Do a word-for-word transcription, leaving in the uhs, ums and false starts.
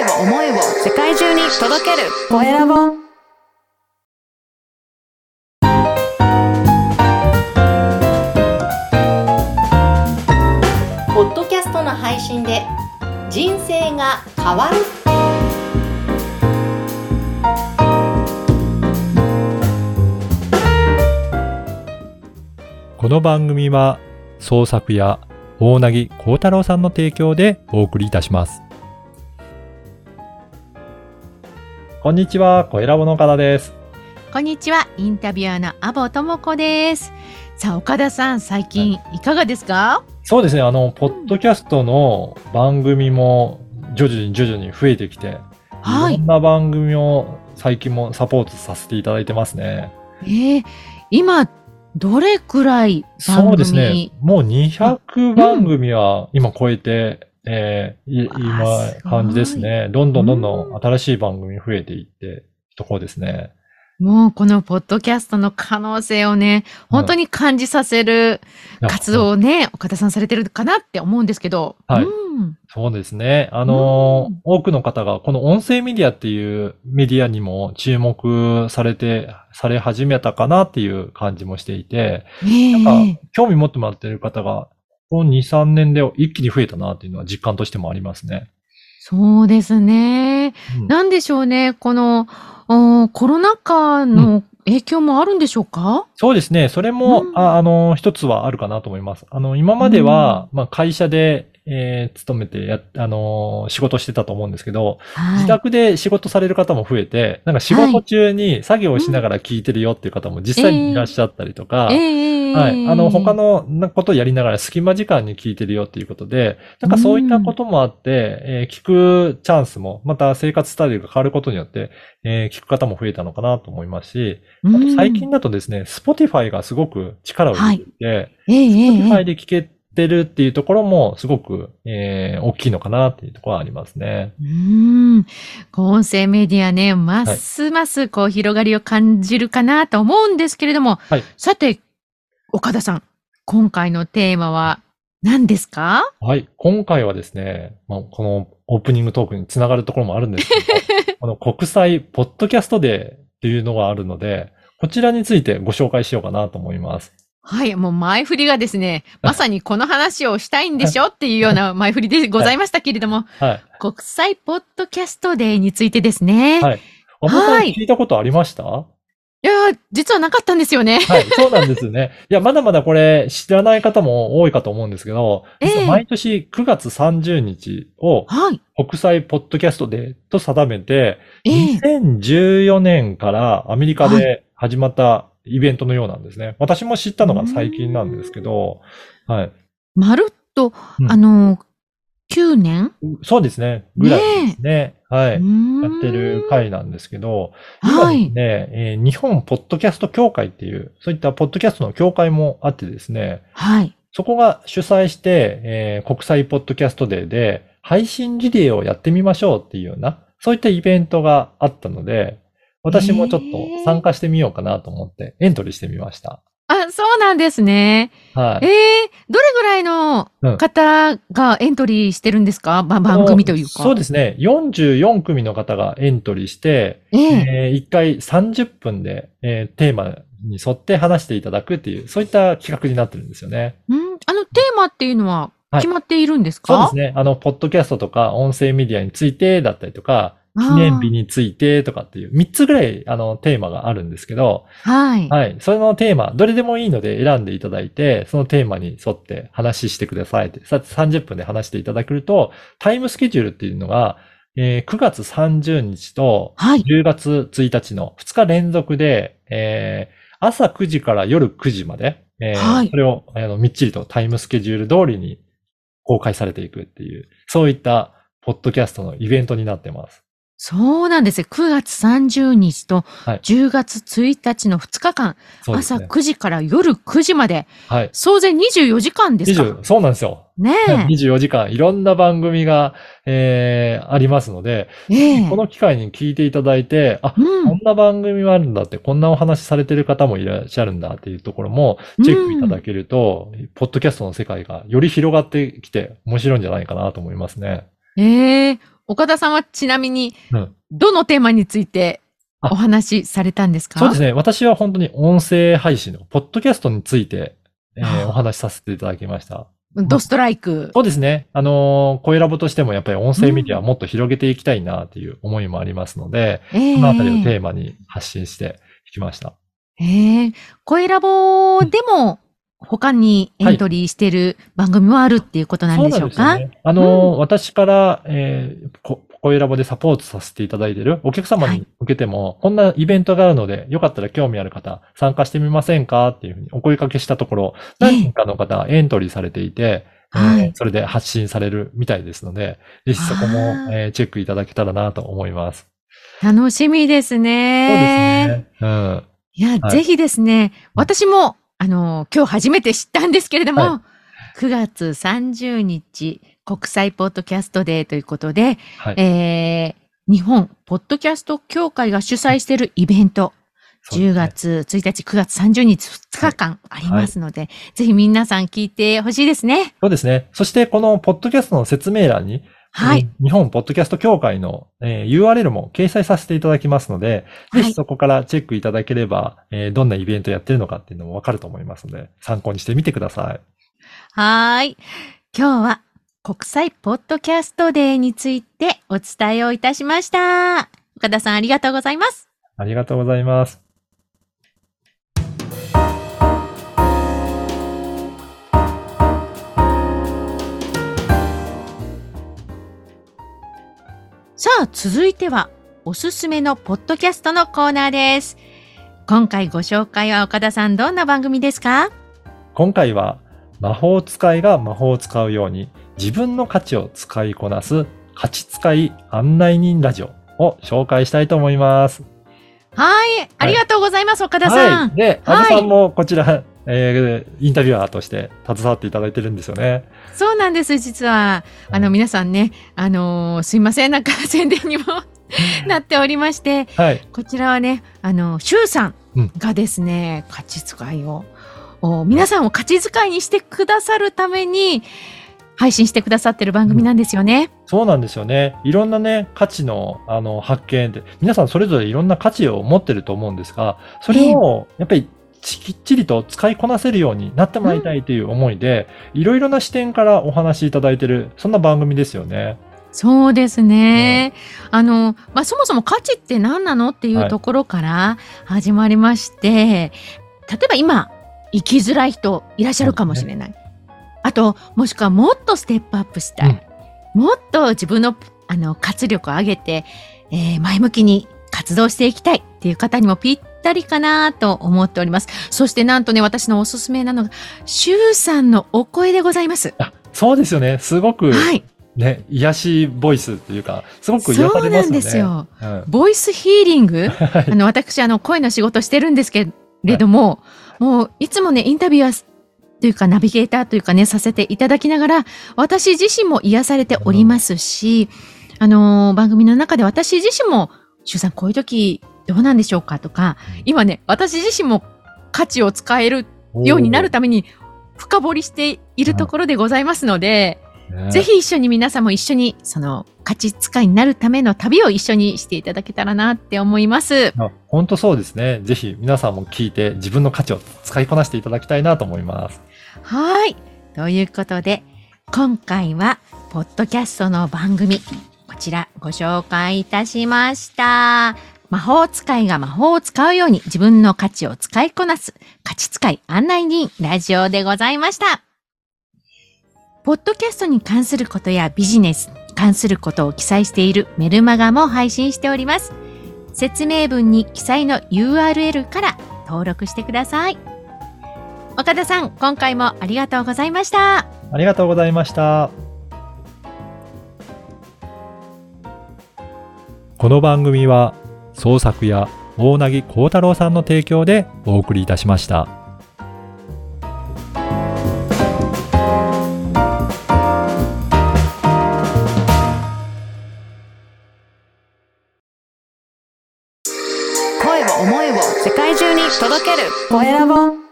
を思いを世界中に届けるコエラボ。ポッドキャストの配信で人生が変わる。 この番組は創作や大凪幸太郎さんの提供でお送りいたします。こんにちは、コエラボの岡田です。 こんにちは、インタビュアーの阿保智子です。さあ、岡田さん、最近いかがですか？はい、 そうですね、あのポッドキャストの番組も徐々に徐々に増えてきて、はい、いろんな番組を最近もサポートさせていただいてますね。 えー、今どれくらい番組？ そうですね、もうにひゃくばんぐみは今超えて、うん、えー、今感じですね。どんどんどんどん新しい番組増えていってところですね。 もうこのポッドキャストの可能性をね、本当に感じさせる活動をね、うん、岡田さんされてるかなって思うんですけど。 はい。 うん、 そうですね。あの、うん、多くの方がこの音声メディアっていうメディアにも注目されて、され始めたかなっていう感じもしていて、えー、なんか興味持ってもらってる方が、このに、さんねんで一気に増えたなっていうのは実感としてもありますね。 そうですね。うん、なんでしょうね。この、コロナ禍の影響もあるんでしょうか？うん、 そうですね。それも、うん、あ、あの、一つはあるかなと思います。あの、今までは、うん、まあ、会社で、えー、勤めてや、あのー、仕事してたと思うんですけど、はい、自宅で仕事される方も増えて、なんか仕事中に作業をしながら聞いてるよっていう方も実際にいらっしゃったりとか、えー、はい。あの、他のことをやりながら隙間時間に聞いてるよっていうことで、なんかそういったこともあって、えー、聞くチャンスも、また生活スタイルが変わることによって、えー、聞く方も増えたのかなと思いますし、あと最近だとですね、Spotify がすごく力を入れていて、はいえー、Spotify で聞けてるっていうところもすごく、えー、大きいのかなっていうところはありますね。 うーん。音声メディアね、ますますこう広がりを感じるかなと思うんですけれども、はい、さて、岡田さん、今回のテーマは何ですか？ はい。今回はですね、まあ、このオープニングトークにつながるところもあるんですけど、この国際ポッドキャストデーっていうのがあるので、こちらについてご紹介しようかなと思います。 はい。もう前振りがですね、まさにこの話をしたいんでしょっていうような前振りでございましたけれども、はいはい、国際ポッドキャストデーについてですね。 はい。おもさん聞いたことありました？ いやー、実はなかったんですよね。 はい、そうなんですね。いや、まだまだこれ知らない方も多いかと思うんですけど、えー、毎年くがつさんじゅうにちを国際ポッドキャストデーと定めて、えー、にせんじゅうよねんからアメリカで始まったイベントのようなんですね。私も知ったのが最近なんですけど、はい。 まるっと、うん、あの、きゅうねんそうですね。ぐらいですね。はい。やってる回なんですけど、今ですね、はいえー、日本ポッドキャスト協会っていう、そういったポッドキャストの協会もあってですね、はい。そこが主催して、えー、国際ポッドキャストデーで配信リレーをやってみましょうっていうような、そういったイベントがあったので、私もちょっと参加してみようかなと思ってエントリーしてみました。 あ、そうなんですね。はい。ええー、どれぐらいの方がエントリーしてるんですか？うん、番組というか。 そうですね。よんじゅうよんくみの方がエントリーして、えーえー、いっかいさんじゅっぷんで、えー、テーマに沿って話していただくっていう、そういった企画になってるんですよね。 うん、あのテーマっていうのは決まっているんですか？ はい、そうですね。あの、ポッドキャストとか音声メディアについてだったりとか、記念日についてとかっていうみっつぐらいあのテーマがあるんですけど、はい。はい。そのテーマ、どれでもいいので選んでいただいて、そのテーマに沿って話してくださいって、ささんじゅっぷんで話していただけると、タイムスケジュールっていうのが、えー、くがつさんじゅうにちとじゅうがつついたちのふつか連続で、えー、朝くじから夜くじまで、えーはい、それをあのみっちりとタイムスケジュール通りに公開されていくっていう、そういったポッドキャストのイベントになってます。 そうなんですよ。くがつさんじゅうにちとじゅうがつついたちのふつかかん、はい、朝くじから夜くじまで、はい、総勢にじゅうよじかんですか？ そうなんですよ。ねえ。にじゅうよじかん、いろんな番組が、えー、ありますので、えー、この機会に聞いていただいて、あ、うん、こんな番組があるんだって、こんなお話されてる方もいらっしゃるんだっていうところもチェックいただけると、うん、ポッドキャストの世界がより広がってきて面白いんじゃないかなと思いますね。 ええー岡田さんはちなみにうん、 どのテーマについてお話しされたんですか？ そうですね。私は本当に音声配信の、ポッドキャストについて、えー、お話しさせていただきました。 ドストライク。 そうですね。あのー、声ラボとしてもやっぱり音声メディアをもっと広げていきたいなっていう思いもありますので、うん、そのあたりをテーマに発信していきました。 えー、声ラボでも他にエントリーしている番組もあるっていうことなんでしょうか？はい、そうなんですよね。 あのーうん、私から、えー、声ラボでサポートさせていただいているお客様に向けても、はい、こんなイベントがあるので、よかったら興味ある方、参加してみませんかっていうふうにお声掛けしたところ、何人かの方がエントリーされていて、えーはい、それで発信されるみたいですので、ぜひそこも、えー、チェックいただけたらなと思います。 楽しみですね。 そうですね。うん。 いや、はい、ぜひですね、私も、あの、今日初めて知ったんですけれども、はい、くがつさんじゅうにち、国際ポッドキャストデーということで、はい、えー、日本ポッドキャスト協会が主催しているイベント、じゅうがつついたち、くがつさんじゅうにち、ふつかかんありますので、はい、ぜひ皆さん聞いてほしいですね。 そうですね。そしてこのポッドキャストの説明欄に、はい。日本ポッドキャスト協会の、えー、ユーアールエル も掲載させていただきますので、はい、ぜひそこからチェックいただければ、えー、どんなイベントやってるのかっていうのもわかると思いますので、参考にしてみてください。 はい。今日は国際ポッドキャストデーについてお伝えをいたしました。岡田さんありがとうございます。 ありがとうございます。 さあ、続いてはおすすめのポッドキャストのコーナーです。今回ご紹介は岡田さん、どんな番組ですか？ 今回は魔法使いが魔法を使うように自分の価値を使いこなす価値使い案内人ラジオを紹介したいと思います。 はい、ありがとうございます、はい、岡田さん。 はい、で、安部さんもこちら、えー、インタビュアーとして携わっていただいてるんですよね。 そうなんです、実は。あの、皆さんね、あのー、すいません、なんか宣伝にもなっておりまして、はい、こちらはね、あの、シュウさんがですね、うん、価値使いを、皆さんを価値使いにしてくださるために、配信してくださってる番組なんですよね、 うん。そうなんですよね。いろんなね、価値の、あの、発見で、皆さんそれぞれいろんな価値を持ってると思うんですが、それを、やっぱり、きっちりと使いこなせるようになってもらいたいという思いで、いろいろな視点からお話しいただいてる、そんな番組ですよね。 そうですね。うん、あの、まあ、そもそも価値って何なのっていうところから始まりまして、はい、例えば今、生きづらい人いらっしゃるかもしれない。ね、あと、もしくはもっとステップアップしたい。うん、もっと自分の、あの、活力を上げて、えー、前向きに活動していきたいっていう方にもぴったりかなと思っております。そしてなんとね、私のおすすめなのが、シュウさんのお声でございます。 あ、そうですよね。すごく、はい。ね、癒しボイスっていうか、すごく癒されますよね。そうなんですよ。うん、 ボイスヒーリングあの、私、あの、声の仕事してるんですけれども、はい、もう、いつもね、インタビュアーというか、ナビゲーターというかね、させていただきながら、私自身も癒されておりますし、うん、あの、番組の中で私自身も、シュウさん、こういう時、どうなんでしょうかとか、今ね、私自身も価値を使えるようになるために、深掘りしているところでございますので、ね、ぜひ一緒に皆さんも一緒にその価値使いになるための旅を一緒にしていただけたらなって思います。 本当そうですね。ぜひ皆さんも聞いて自分の価値を使いこなしていただきたいなと思います。 はい。ということで、今回はポッドキャストの番組、こちらご紹介いたしました。魔法使いが魔法を使うように自分の価値を使いこなす価値使い案内人ラジオでございました。ポッドキャストに関することやビジネスに関することを記載しているメルマガも配信しております。説明文に記載の ユーアールエル から登録してください。岡田さん、今回もありがとうございました。 ありがとうございました。この番組は創作や大凪幸太郎さんの提供でお送りいたしました。 声を思いを世界中に届けるコエラボ。